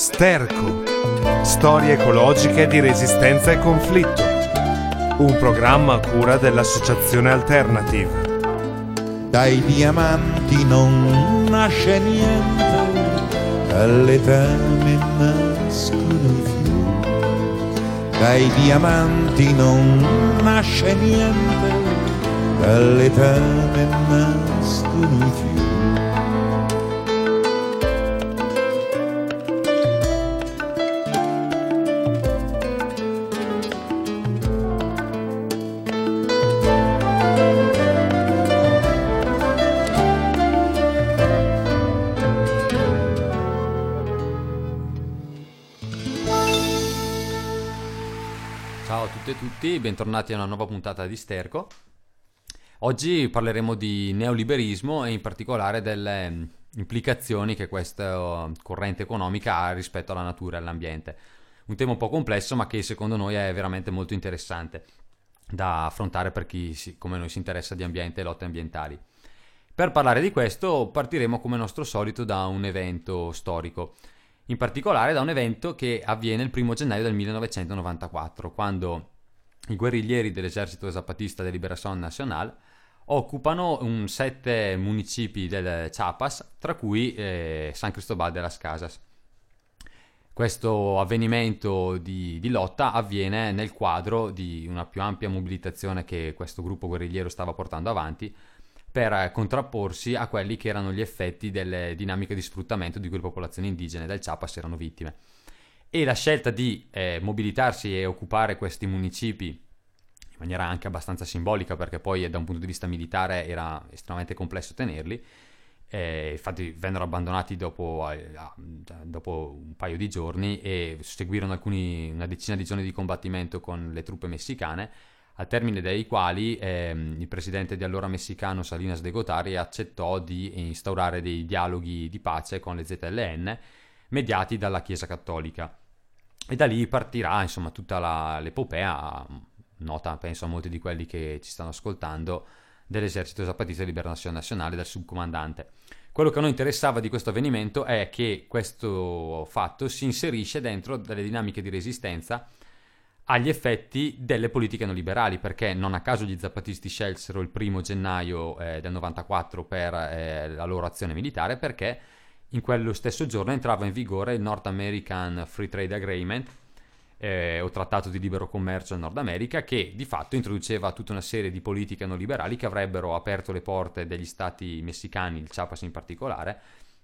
Sterco, storie ecologiche di resistenza e conflitto, un programma a cura dell'Associazione Alternative. Dai diamanti non nasce niente, dalle tane nascono i fiori. Dai diamanti non nasce niente, dalle tane nascono i fiori. Ciao a tutte e tutti, bentornati a una nuova puntata di Sterco. Oggi parleremo di neoliberismo e in particolare delle implicazioni che questa corrente economica ha rispetto alla natura e all'ambiente. Un tema un po' complesso ma che secondo noi è veramente molto interessante da affrontare per chi come noi si interessa di ambiente e lotte ambientali. Per parlare di questo partiremo come nostro solito da un evento storico. In particolare da un evento che avviene il 1 gennaio del 1994, quando i guerriglieri dell'esercito zapatista de Liberación Nacional occupano 7 municipi del Chiapas, tra cui San Cristóbal de las Casas. Questo avvenimento di lotta avviene nel quadro di una più ampia mobilitazione che questo gruppo guerrigliero stava portando avanti per contrapporsi a quelli che erano gli effetti delle dinamiche di sfruttamento di cui le popolazioni indigene del Chiapas erano vittime. E la scelta di mobilitarsi e occupare questi municipi in maniera anche abbastanza simbolica, perché poi da un punto di vista militare era estremamente complesso tenerli, infatti vennero abbandonati dopo un paio di giorni e seguirono una decina di giorni di combattimento con le truppe messicane, al termine dei quali il presidente di allora messicano Salinas de Gortari accettò di instaurare dei dialoghi di pace con le ZLN mediati dalla Chiesa Cattolica. E da lì partirà insomma tutta l'epopea, nota penso a molti di quelli che ci stanno ascoltando, dell'esercito zapatista di Liberación Nacional del subcomandante. Quello che a noi interessava di questo avvenimento è che questo fatto si inserisce dentro delle dinamiche di resistenza agli effetti delle politiche neoliberali, perché non a caso gli zapatisti scelsero il 1 gennaio del 94 per la loro azione militare, perché in quello stesso giorno entrava in vigore il North American Free Trade Agreement, o Trattato di Libero Commercio al Nord America, che di fatto introduceva tutta una serie di politiche neoliberali che avrebbero aperto le porte degli stati messicani, il Chiapas in particolare,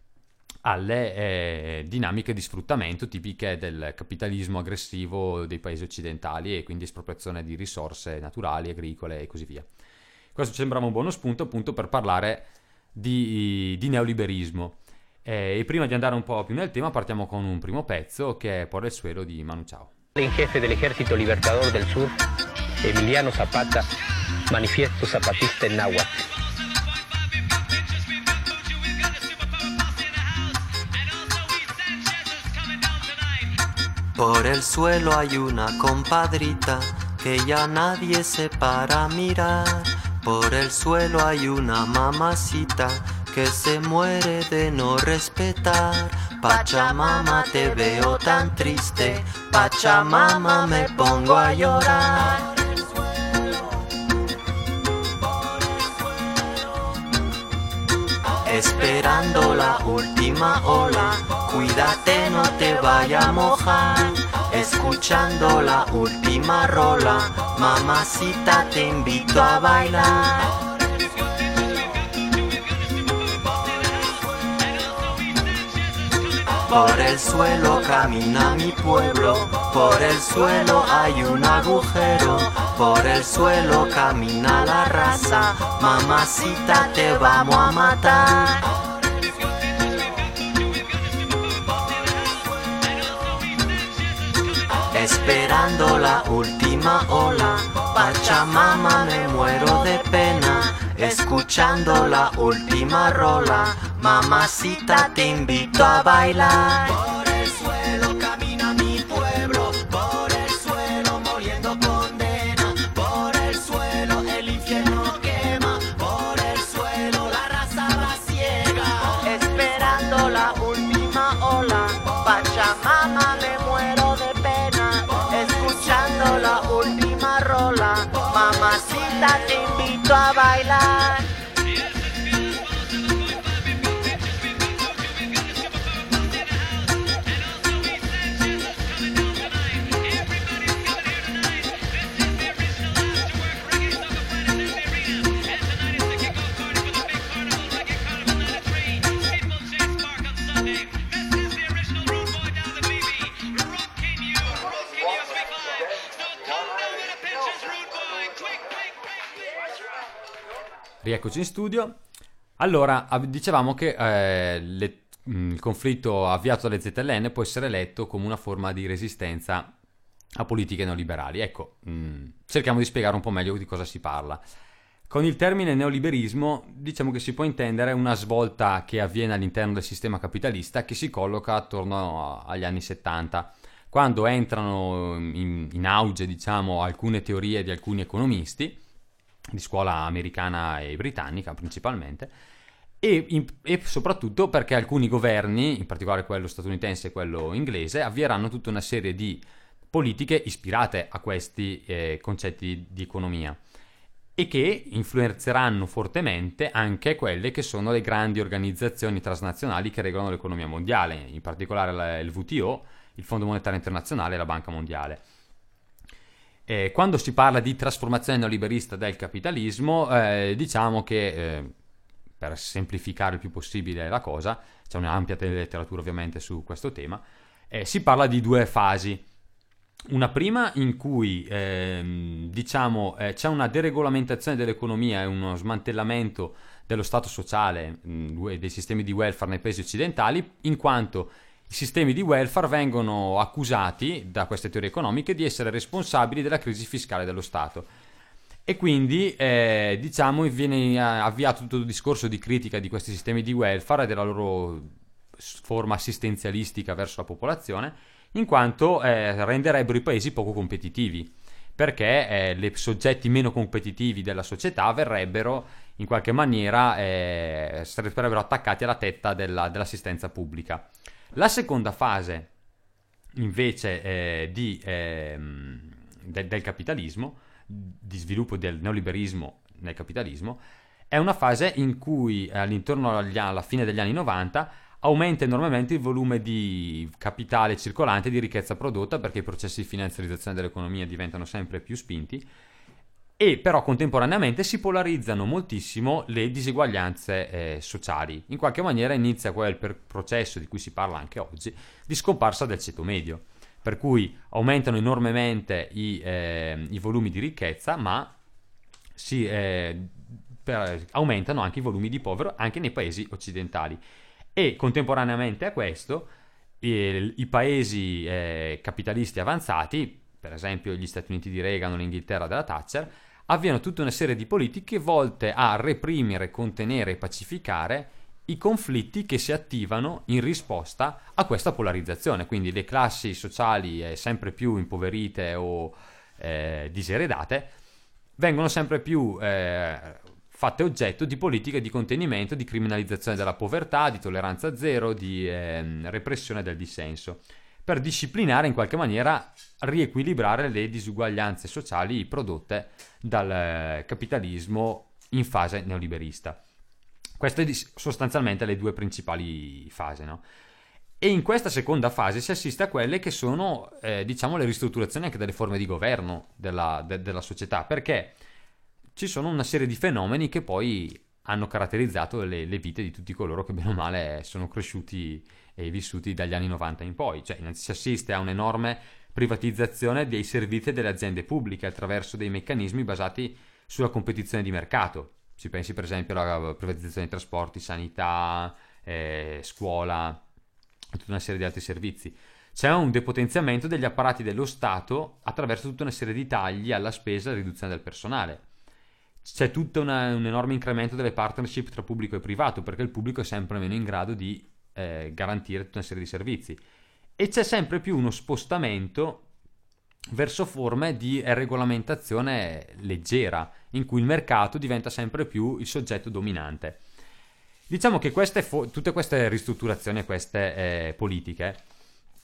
alle dinamiche di sfruttamento tipiche del capitalismo aggressivo dei paesi occidentali e quindi espropriazione di risorse naturali, agricole e così via. Questo sembrava un buono spunto appunto per parlare di neoliberismo. E prima di andare un po' più nel tema partiamo con un primo pezzo che è Por el Suelo di Manu Chao. In jefe del Ejército Libertador del Sur, Emiliano Zapata, manifiesto zapatista en náhuatl. Por el suelo hay una compadrita que ya nadie se para a mirar. Por el suelo hay una mamacita que se muere de no respetar. Pachamama, te veo tan triste, Pachamama, me pongo a llorar. Esperando la última ola, cuídate no te vaya a mojar. Escuchando la última rola, mamacita te invito a bailar. Por el suelo camina mi pueblo, por el suelo hay un agujero, por el suelo camina la raza, mamacita te vamos a matar. Esperando la última ola, Pachamama, me muero de pena. Escuchando la última rola, mamacita te invito a bailar. Por el suelo camina mi pueblo, por el suelo muriendo condena, por el suelo el infierno quema, por el suelo la raza va ciega. Esperando la última ola, Pachamama. Pachamama, me muero de pena, escuchando la última rola. Mamacita, te invito a bailar. Rieccoci in studio. Allora, dicevamo che il conflitto avviato dalle ZLN può essere letto come una forma di resistenza a politiche neoliberali. Ecco, cerchiamo di spiegare un po' meglio di cosa si parla. Con il termine neoliberismo diciamo che si può intendere una svolta che avviene all'interno del sistema capitalista che si colloca attorno agli anni 70, quando entrano in auge, diciamo, alcune teorie di alcuni economisti di scuola americana e britannica principalmente, e soprattutto perché alcuni governi, in particolare quello statunitense e quello inglese, avvieranno tutta una serie di politiche ispirate a questi concetti di economia e che influenzeranno fortemente anche quelle che sono le grandi organizzazioni transnazionali che regolano l'economia mondiale, in particolare il WTO, il Fondo Monetario Internazionale e la Banca Mondiale. Quando si parla di trasformazione neoliberista del capitalismo, diciamo che, per semplificare il più possibile la cosa, c'è un'ampia letteratura ovviamente su questo tema, si parla di due fasi. Una prima in cui c'è una deregolamentazione dell'economia e uno smantellamento dello stato sociale, dei sistemi di welfare nei paesi occidentali, in quanto i sistemi di welfare vengono accusati da queste teorie economiche di essere responsabili della crisi fiscale dello Stato. E quindi viene avviato tutto il discorso di critica di questi sistemi di welfare e della loro forma assistenzialistica verso la popolazione, in quanto renderebbero i paesi poco competitivi, perché i soggetti meno competitivi della società verrebbero in qualche maniera sarebbero attaccati alla tetta dell'assistenza pubblica. La seconda fase invece del capitalismo, di sviluppo del neoliberismo nel capitalismo, è una fase in cui all'intorno alla fine degli anni 90 aumenta enormemente il volume di capitale circolante e di ricchezza prodotta, perché i processi di finanziarizzazione dell'economia diventano sempre più spinti, e però contemporaneamente si polarizzano moltissimo le diseguaglianze sociali. In qualche maniera inizia quel processo di cui si parla anche oggi di scomparsa del ceto medio, per cui aumentano enormemente i volumi di ricchezza, ma aumentano anche i volumi di povero anche nei paesi occidentali. E contemporaneamente a questo i paesi capitalisti avanzati, per esempio gli Stati Uniti di Reagan o l'Inghilterra della Thatcher, avviano tutta una serie di politiche volte a reprimere, contenere e pacificare i conflitti che si attivano in risposta a questa polarizzazione. Quindi le classi sociali sempre più impoverite o diseredate vengono sempre più fatte oggetto di politiche di contenimento, di criminalizzazione della povertà, di tolleranza zero, di repressione del dissenso, per disciplinare in qualche maniera, riequilibrare le disuguaglianze sociali prodotte dal capitalismo in fase neoliberista. Queste sostanzialmente le due principali fasi, no? E in questa seconda fase si assiste a quelle che sono, le ristrutturazioni anche delle forme di governo della società, perché ci sono una serie di fenomeni che poi hanno caratterizzato le vite di tutti coloro che bene o male sono cresciuti e vissuti dagli anni 90 in poi. Cioè si assiste a un'enorme privatizzazione dei servizi e delle aziende pubbliche attraverso dei meccanismi basati sulla competizione di mercato. Si pensi per esempio alla privatizzazione dei trasporti, sanità, scuola, tutta una serie di altri servizi. C'è un depotenziamento degli apparati dello Stato attraverso tutta una serie di tagli alla spesa e riduzione del personale. C'è tutto un enorme incremento delle partnership tra pubblico e privato, perché il pubblico è sempre meno in grado di garantire tutta una serie di servizi, e c'è sempre più uno spostamento verso forme di regolamentazione leggera, in cui il mercato diventa sempre più il soggetto dominante. Diciamo che tutte queste ristrutturazioni e queste politiche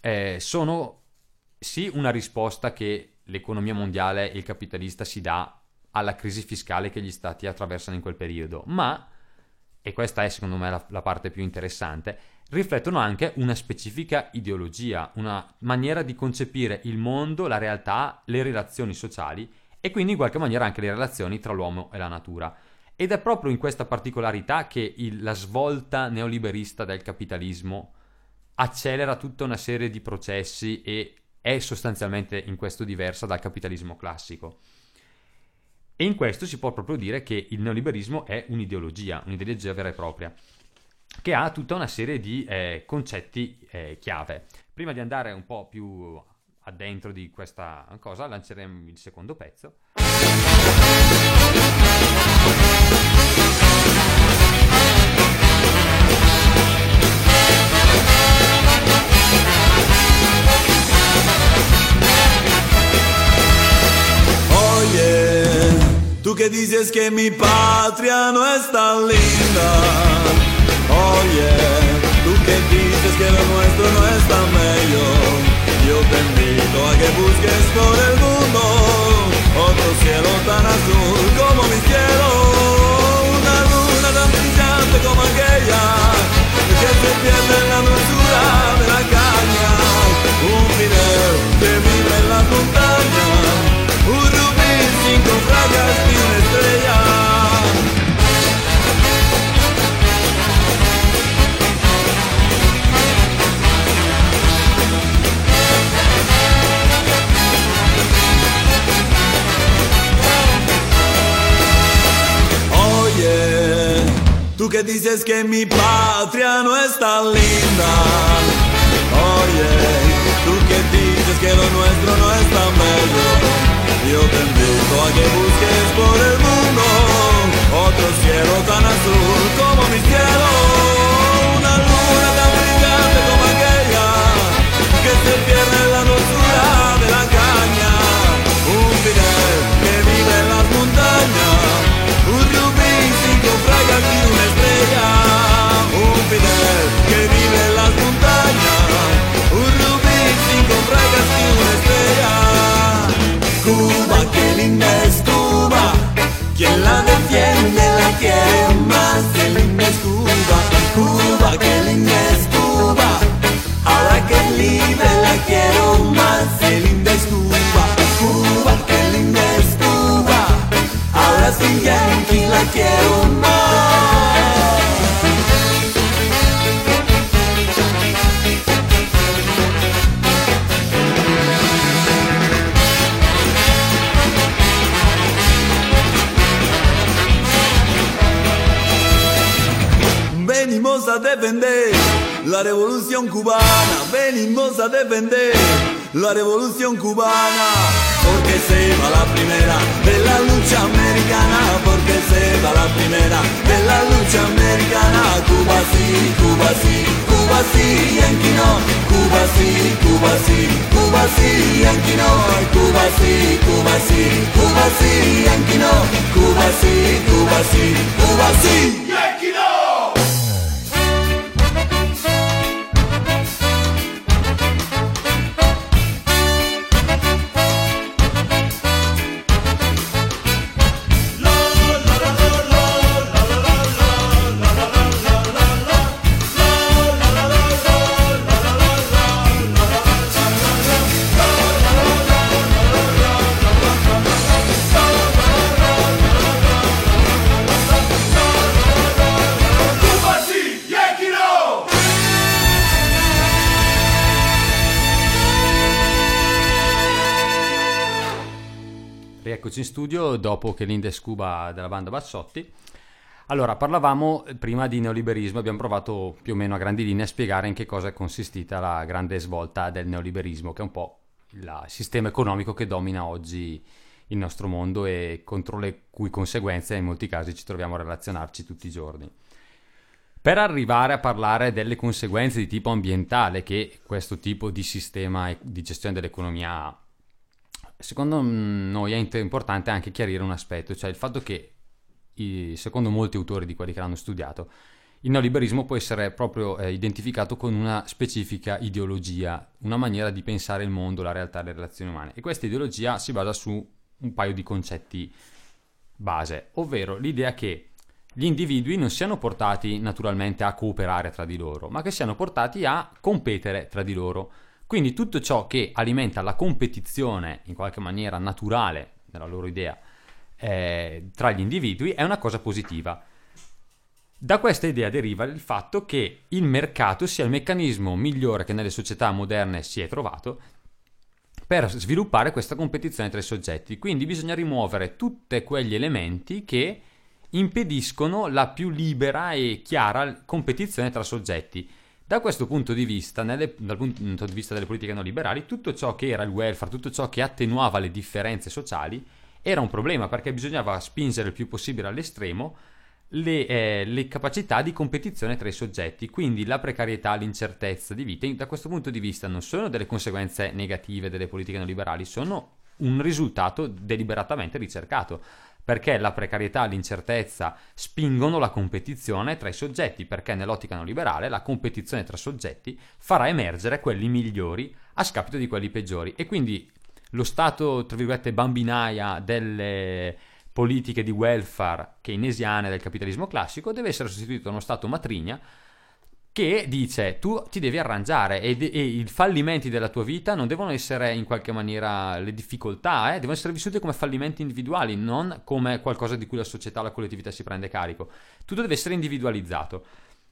sono sì una risposta che l'economia mondiale e il capitalista si dà alla crisi fiscale che gli stati attraversano in quel periodo, ma, e questa è secondo me la parte più interessante, riflettono anche una specifica ideologia, una maniera di concepire il mondo, la realtà, le relazioni sociali e quindi in qualche maniera anche le relazioni tra l'uomo e la natura. Ed è proprio in questa particolarità che la svolta neoliberista del capitalismo accelera tutta una serie di processi e è sostanzialmente in questo diversa dal capitalismo classico. E in questo si può proprio dire che il neoliberismo è un'ideologia vera e propria, che ha tutta una serie di concetti chiave. Prima di andare un po' più addentro di questa cosa, lanceremo il secondo pezzo. Oye, tú que dices que mi patria no es tan linda. Oye, tú que dices que lo nuestro no es tan bello. Yo te invito a que busques por el mundo otro cielo tan azul como mi cielo. Una luna tan brillante como aquella que se pierde en la dulzura de la caña. Un Fidel que vive en las montañas. Un rubí cinco rayas y una estrella. Oye, tú que dices que mi patria no es tan linda. Oye, tú que dices que lo nuestro no es tan bello. Yo te invito a que busques por el mundo otro cielo tan azul como mi cielo. Una luna tan brillante como aquella que se pierde en la dulzura de la caña. Un Fidel que vive en las montañas. Un rubí, cinco fragas y una estrella. Un Fidel que vive en las montañas. Un rubí, cinco fragas y una estrella. Cuba, qué linda es Cuba, quien la defiende la quiere más, qué linda es Cuba, Cuba, qué linda es Cuba, ahora que es libre la quiero más, qué linda es Cuba, Cuba, qué linda es Cuba, ahora sin Yankee la quiero más. Venimos a defender la revolución cubana, venimos a defender la revolución cubana, porque se va la primera de la lucha americana, porque se va la primera de la lucha americana. Cuba sí, Cuba sí, Cuba sí, Yankee no. Cuba sí, Cuba sí, Cuba sí, Yankee no. Cuba sí, Cuba sí, Cuba sí, Yankee no. Cuba sí, Cuba sí, Cuba sí, Yankee no. Rieccoci in studio dopo che l'Indes Cuba della banda Bassotti. Allora, parlavamo prima di neoliberismo, abbiamo provato più o meno a grandi linee a spiegare in che cosa è consistita la grande svolta del neoliberismo, che è un po' il sistema economico che domina oggi il nostro mondo e contro le cui conseguenze in molti casi ci troviamo a relazionarci tutti i giorni. Per arrivare a parlare delle conseguenze di tipo ambientale che questo tipo di sistema di gestione dell'economia ha, secondo noi è importante anche chiarire un aspetto, cioè il fatto che, secondo molti autori di quelli che l'hanno studiato, il neoliberismo può essere proprio identificato con una specifica ideologia, una maniera di pensare il mondo, la realtà, le relazioni umane. E questa ideologia si basa su un paio di concetti base, ovvero l'idea che gli individui non siano portati naturalmente a cooperare tra di loro, ma che siano portati a competere tra di loro. Quindi tutto ciò che alimenta la competizione in qualche maniera naturale, nella loro idea, tra gli individui è una cosa positiva. Da questa idea deriva il fatto che il mercato sia il meccanismo migliore che nelle società moderne si è trovato per sviluppare questa competizione tra i soggetti. Quindi bisogna rimuovere tutti quegli elementi che impediscono la più libera e chiara competizione tra soggetti. Da questo punto di vista, dal punto di vista delle politiche neoliberali, tutto ciò che era il welfare, tutto ciò che attenuava le differenze sociali era un problema, perché bisognava spingere il più possibile all'estremo le capacità di competizione tra i soggetti. Quindi la precarietà, l'incertezza di vita, da questo punto di vista non sono delle conseguenze negative delle politiche neoliberali, sono un risultato deliberatamente ricercato, perché la precarietà e l'incertezza spingono la competizione tra i soggetti, perché nell'ottica neoliberale la competizione tra soggetti farà emergere quelli migliori a scapito di quelli peggiori, e quindi lo stato, tra virgolette, bambinaia delle politiche di welfare keynesiane del capitalismo classico deve essere sostituito da uno stato matrigna che dice: tu ti devi arrangiare, e i fallimenti della tua vita non devono essere in qualche maniera le difficoltà, devono essere vissute come fallimenti individuali, non come qualcosa di cui la società, la collettività si prende carico. Tutto deve essere individualizzato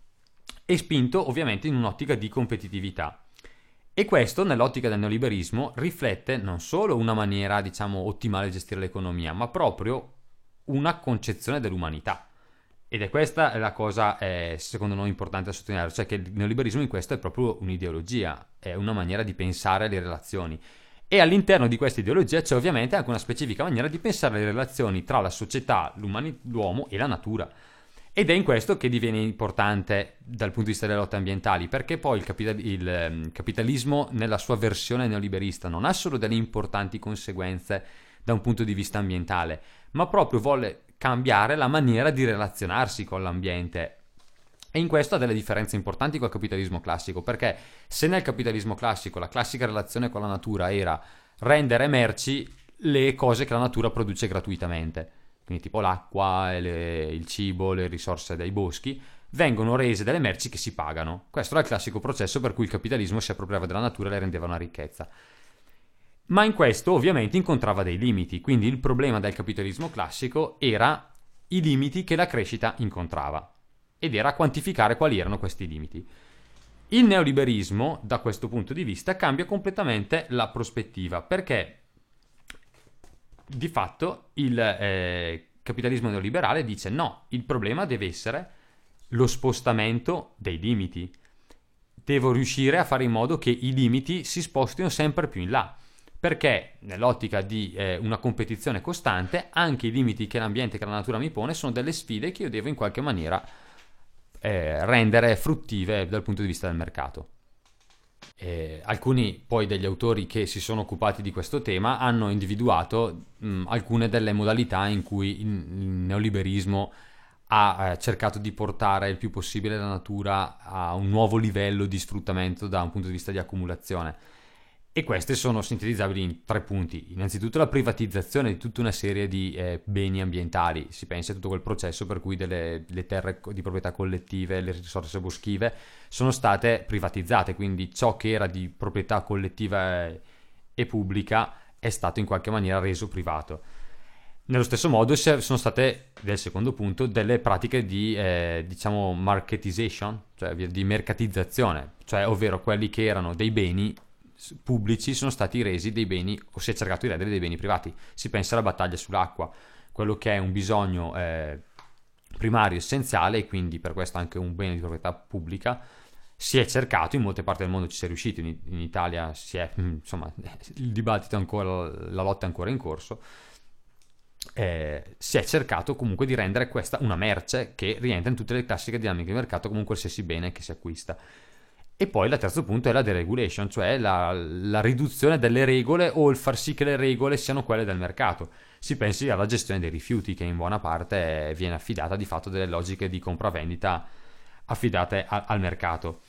e spinto ovviamente in un'ottica di competitività. E questo, nell'ottica del neoliberismo, riflette non solo una maniera, diciamo, ottimale di gestire l'economia, ma proprio una concezione dell'umanità. Ed è questa la cosa, secondo noi, importante da sottolineare, cioè che il neoliberismo in questo è proprio un'ideologia, è una maniera di pensare le relazioni. E all'interno di questa ideologia c'è ovviamente anche una specifica maniera di pensare le relazioni tra la società, l'uomo e la natura. Ed è in questo che diviene importante dal punto di vista delle lotte ambientali, perché poi il capitalismo nella sua versione neoliberista non ha solo delle importanti conseguenze da un punto di vista ambientale, ma proprio vuole cambiare la maniera di relazionarsi con l'ambiente. E in questo ha delle differenze importanti col capitalismo classico, perché se nel capitalismo classico la classica relazione con la natura era rendere merci le cose che la natura produce gratuitamente, quindi tipo l'acqua, il cibo, le risorse dei boschi, vengono rese delle merci che si pagano. Questo era il classico processo per cui il capitalismo si appropriava della natura e le rendeva una ricchezza. Ma in questo ovviamente incontrava dei limiti, quindi il problema del capitalismo classico era i limiti che la crescita incontrava, ed era quantificare quali erano questi limiti. Il neoliberismo, da questo punto di vista, cambia completamente la prospettiva, perché di fatto il capitalismo neoliberale dice no, il problema deve essere lo spostamento dei limiti. Devo riuscire a fare in modo che i limiti si spostino sempre più in là, perché nell'ottica di una competizione costante anche i limiti che l'ambiente, che la natura mi pone sono delle sfide che io devo in qualche maniera rendere fruttive dal punto di vista del mercato. Alcuni poi degli autori che si sono occupati di questo tema hanno individuato alcune delle modalità in cui il neoliberismo ha cercato di portare il più possibile la natura a un nuovo livello di sfruttamento da un punto di vista di accumulazione, e queste sono sintetizzabili in 3 punti. Innanzitutto la privatizzazione di tutta una serie di beni ambientali. Si pensa a tutto quel processo per cui le terre di proprietà collettive, le risorse boschive sono state privatizzate, quindi ciò che era di proprietà collettiva e pubblica è stato in qualche maniera reso privato. Nello stesso modo sono state, del secondo punto, delle pratiche di diciamo marketization, cioè di mercatizzazione, cioè ovvero quelli che erano dei beni pubblici sono stati resi dei beni, o si è cercato di rendere dei beni privati. Si pensa alla battaglia sull'acqua, quello che è un bisogno primario, essenziale, e quindi per questo anche un bene di proprietà pubblica. Si è cercato, in molte parti del mondo ci si è riusciti, in Italia insomma, il dibattito è ancora, la lotta è ancora in corso. Si è cercato comunque di rendere questa una merce che rientra in tutte le classiche dinamiche di mercato come un qualsiasi bene che si acquista. E poi il terzo punto è la deregulation, cioè la riduzione delle regole o il far sì che le regole siano quelle del mercato. Si pensi alla gestione dei rifiuti, che in buona parte viene affidata di fatto delle logiche di compravendita affidate al mercato.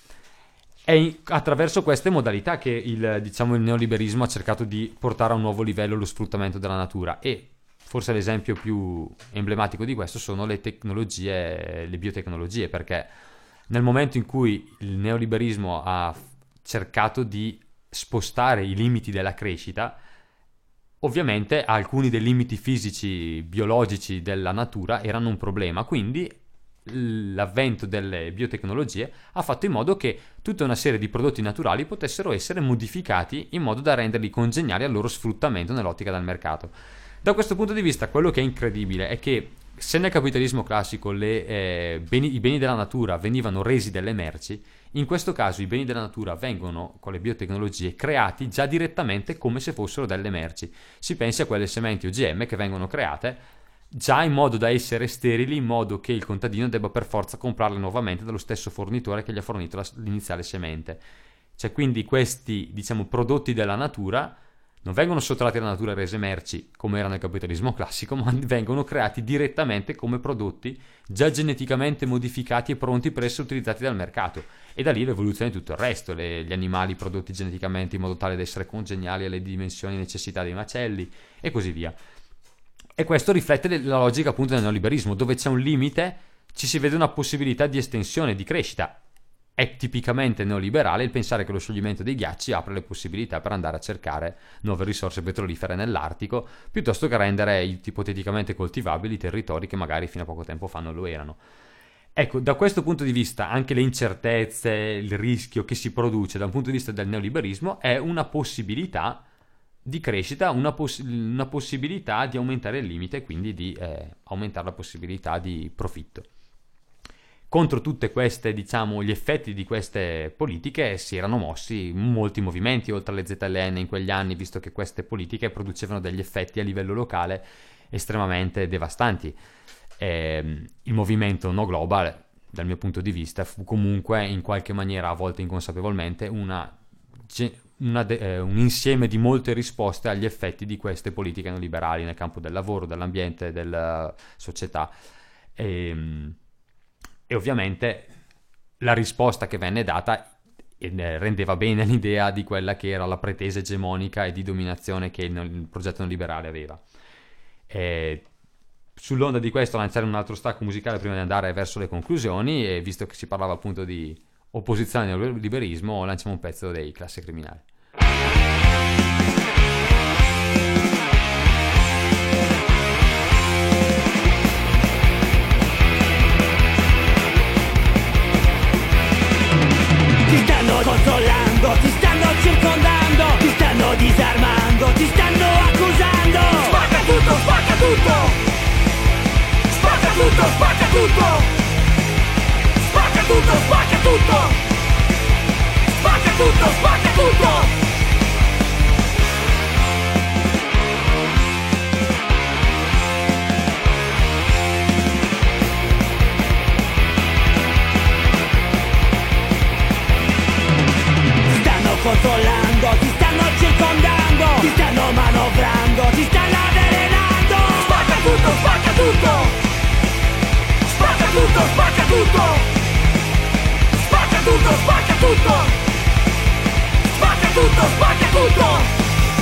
È attraverso queste modalità che il neoliberismo ha cercato di portare a un nuovo livello lo sfruttamento della natura, e forse l'esempio più emblematico di questo sono le tecnologie, le biotecnologie, perché nel momento in cui il neoliberismo ha cercato di spostare i limiti della crescita, ovviamente alcuni dei limiti fisici, biologici della natura erano un problema, quindi l'avvento delle biotecnologie ha fatto in modo che tutta una serie di prodotti naturali potessero essere modificati in modo da renderli congeniali al loro sfruttamento nell'ottica del mercato. Da questo punto di vista, quello che è incredibile è che se nel capitalismo classico i beni della natura venivano resi delle merci, in questo caso i beni della natura vengono, con le biotecnologie, creati già direttamente come se fossero delle merci. Si pensi a quelle sementi OGM che vengono create già in modo da essere sterili, in modo che il contadino debba per forza comprarle nuovamente dallo stesso fornitore che gli ha fornito l'iniziale semente. Cioè, quindi questi, prodotti della natura non vengono sottratti alla natura e rese merci come era nel capitalismo classico, ma vengono creati direttamente come prodotti già geneticamente modificati e pronti per essere utilizzati dal mercato. E da lì l'evoluzione di tutto il resto, gli animali prodotti geneticamente in modo tale da essere congeniali alle dimensioni e necessità dei macelli e così via. E questo riflette la logica appunto del neoliberismo, dove c'è un limite, ci si vede una possibilità di estensione, di crescita. È tipicamente neoliberale il pensare che lo scioglimento dei ghiacci apre le possibilità per andare a cercare nuove risorse petrolifere nell'Artico, piuttosto che rendere ipoteticamente coltivabili territori che magari fino a poco tempo fa non lo erano. Ecco, da questo punto di vista anche le incertezze, il rischio che si produce da un punto di vista del neoliberismo è una possibilità di crescita, una possibilità di aumentare il limite e quindi di aumentare la possibilità di profitto. Contro tutte queste, gli effetti di queste politiche si erano mossi molti movimenti, oltre alle ZLN in quegli anni, visto che queste politiche producevano degli effetti a livello locale estremamente devastanti. Il movimento No Global, dal mio punto di vista, fu comunque in qualche maniera, a volte inconsapevolmente, un insieme di molte risposte agli effetti di queste politiche neoliberali nel campo del lavoro, dell'ambiente, della società. E ovviamente la risposta che venne data rendeva bene l'idea di quella che era la pretesa egemonica e di dominazione che il progetto neoliberale aveva. Sull'onda di questo lanciare un altro stacco musicale prima di andare verso le conclusioni, e visto che si parlava appunto di opposizione al neoliberismo, lanciamo un pezzo dei Classe Criminale. Ti stanno controllando, ti stanno circondando, ti stanno disarmando, ti stanno accusando. Spacca tutto, spacca tutto. Spacca tutto, spacca tutto. Spacca tutto, spacca tutto. Spacca tutto, spacca tutto. Controllando, ti stanno circondando, ti stanno manovrando, ti stanno avvelenando. Spacca tutto, spacca tutto. Spacca tutto, spacca tutto. Spacca tutto, spacca tutto. Spacca tutto, spacca tutto.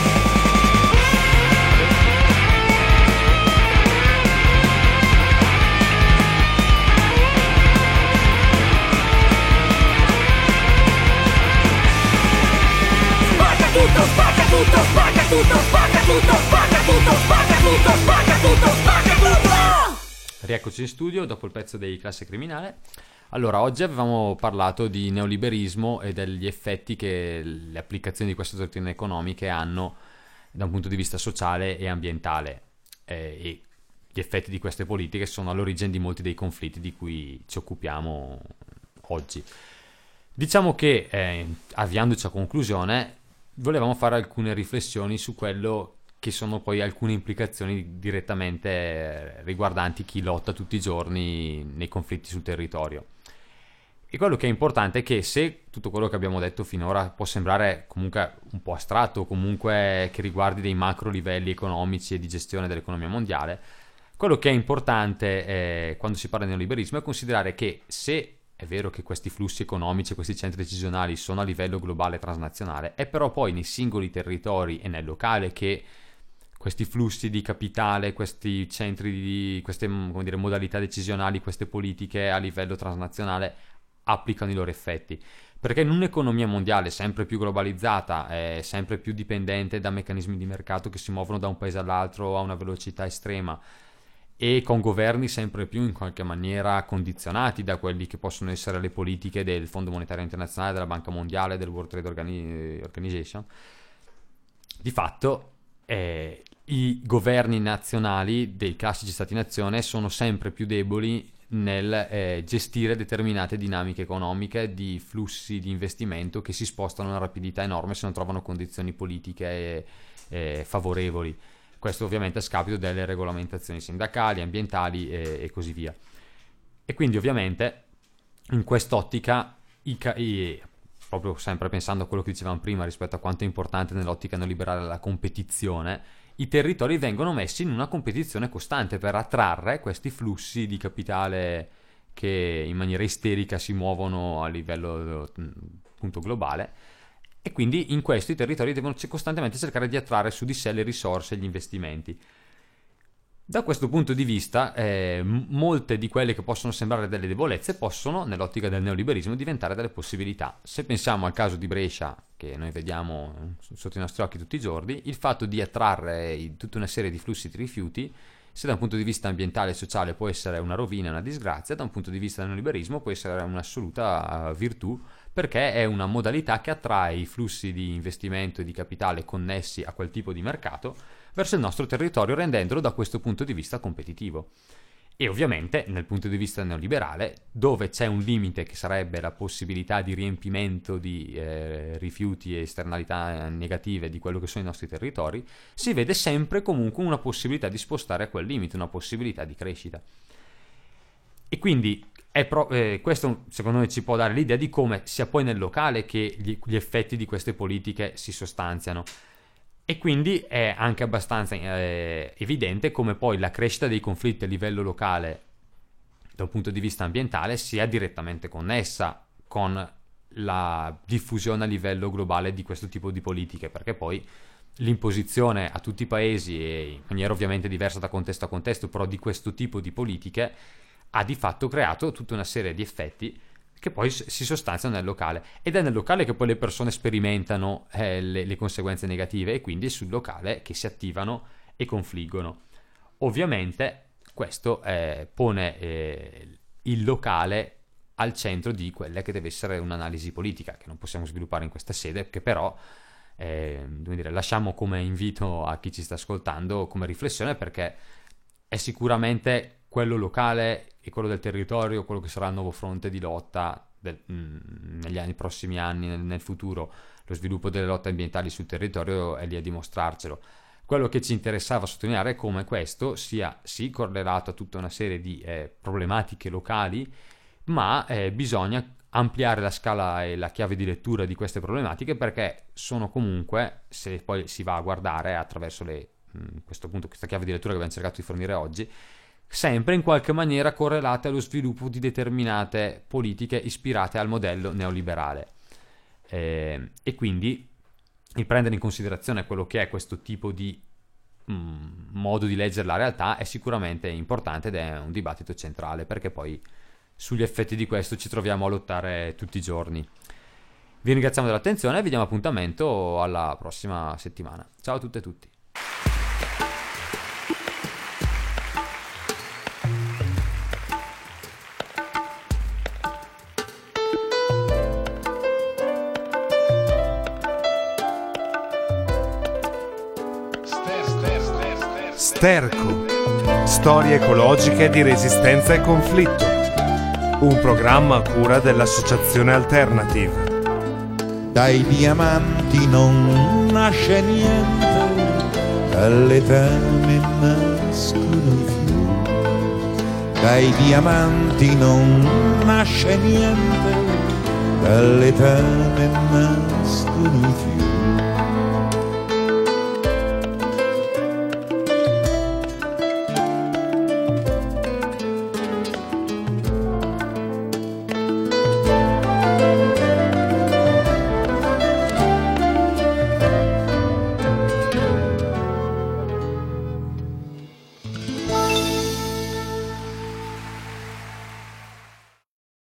Spacca tutto, spacca tutto, spacca tutto, spacca tutto, spacca tutto, spacca tutto, spacca tutto. Rieccoci in studio dopo il pezzo dei Classe Criminale. Allora, oggi avevamo parlato di neoliberismo e degli effetti che le applicazioni di queste dottrine economiche hanno da un punto di vista sociale e ambientale, e gli effetti di queste politiche sono all'origine di molti dei conflitti di cui ci occupiamo oggi. Diciamo che, avviandoci a conclusione, volevamo fare alcune riflessioni su quello che sono poi alcune implicazioni direttamente riguardanti chi lotta tutti i giorni nei conflitti sul territorio. E quello che è importante è che, se tutto quello che abbiamo detto finora può sembrare comunque un po' astratto, comunque che riguardi dei macro livelli economici e di gestione dell'economia mondiale, quello che è importante quando si parla di neoliberismo è considerare che se è vero che questi flussi economici, questi centri decisionali sono a livello globale e transnazionale, è però poi nei singoli territori e nel locale che questi flussi di capitale, questi centri di queste, come dire, modalità decisionali, queste politiche a livello transnazionale applicano i loro effetti. Perché in un'economia mondiale sempre più globalizzata, sempre più dipendente da meccanismi di mercato che si muovono da un paese all'altro a una velocità estrema, e con governi sempre più in qualche maniera condizionati da quelli che possono essere le politiche del Fondo Monetario Internazionale, della Banca Mondiale, del World Trade Organization, di fatto i governi nazionali dei classici stati-nazione sono sempre più deboli nel gestire determinate dinamiche economiche di flussi di investimento che si spostano a una rapidità enorme se non trovano condizioni politiche favorevoli. Questo ovviamente a scapito delle regolamentazioni sindacali, ambientali e così via. E quindi ovviamente in quest'ottica, proprio sempre pensando a quello che dicevamo prima rispetto a quanto è importante nell'ottica neoliberale la competizione, i territori vengono messi in una competizione costante per attrarre questi flussi di capitale che in maniera isterica si muovono a livello appunto globale. E quindi in questo i territori devono costantemente cercare di attrarre su di sé le risorse e gli investimenti. Da questo punto di vista, molte di quelle che possono sembrare delle debolezze possono, nell'ottica del neoliberismo, diventare delle possibilità. Se pensiamo al caso di Brescia, che noi vediamo sotto i nostri occhi tutti i giorni, il fatto di attrarre tutta una serie di flussi di rifiuti, se da un punto di vista ambientale e sociale può essere una rovina e una disgrazia, da un punto di vista del neoliberismo può essere un'assoluta virtù, perché è una modalità che attrae i flussi di investimento e di capitale connessi a quel tipo di mercato verso il nostro territorio, rendendolo da questo punto di vista competitivo. E ovviamente nel punto di vista neoliberale, dove c'è un limite che sarebbe la possibilità di riempimento di rifiuti e esternalità negative di quello che sono i nostri territori, si vede sempre comunque una possibilità di spostare a quel limite, una possibilità di crescita. E quindi questo secondo me ci può dare l'idea di come sia poi nel locale che gli effetti di queste politiche si sostanziano. E quindi è anche abbastanza evidente come poi la crescita dei conflitti a livello locale dal punto di vista ambientale sia direttamente connessa con la diffusione a livello globale di questo tipo di politiche, perché poi l'imposizione a tutti i paesi, e in maniera ovviamente diversa da contesto a contesto, però di questo tipo di politiche ha di fatto creato tutta una serie di effetti che poi si sostanziano nel locale, ed è nel locale che poi le persone sperimentano le conseguenze negative, e quindi è sul locale che si attivano e confliggono. Ovviamente questo pone il locale al centro di quella che deve essere un'analisi politica, che non possiamo sviluppare in questa sede, che però lasciamo come invito a chi ci sta ascoltando, come riflessione, perché è sicuramente quello locale e quello del territorio, quello che sarà il nuovo fronte di lotta negli prossimi anni, nel futuro. Lo sviluppo delle lotte ambientali sul territorio è lì a dimostrarcelo. Quello che ci interessava sottolineare è come questo sia sì correlato a tutta una serie di problematiche locali, ma bisogna ampliare la scala e la chiave di lettura di queste problematiche, perché sono comunque, se poi si va a guardare attraverso questa chiave di lettura che abbiamo cercato di fornire oggi, sempre in qualche maniera correlate allo sviluppo di determinate politiche ispirate al modello neoliberale. E quindi il prendere in considerazione quello che è questo tipo di modo di leggere la realtà è sicuramente importante, ed è un dibattito centrale, perché poi sugli effetti di questo ci troviamo a lottare tutti i giorni. Vi ringraziamo dell'attenzione e vi diamo appuntamento alla prossima settimana. Ciao a tutte e tutti. Sterco, storie ecologiche di resistenza e conflitto, un programma a cura dell'Associazione Alternative. Dai diamanti non nasce niente, dalle tane nascono i fiori. Dai diamanti non nasce niente, dalle tane nascono i fiori.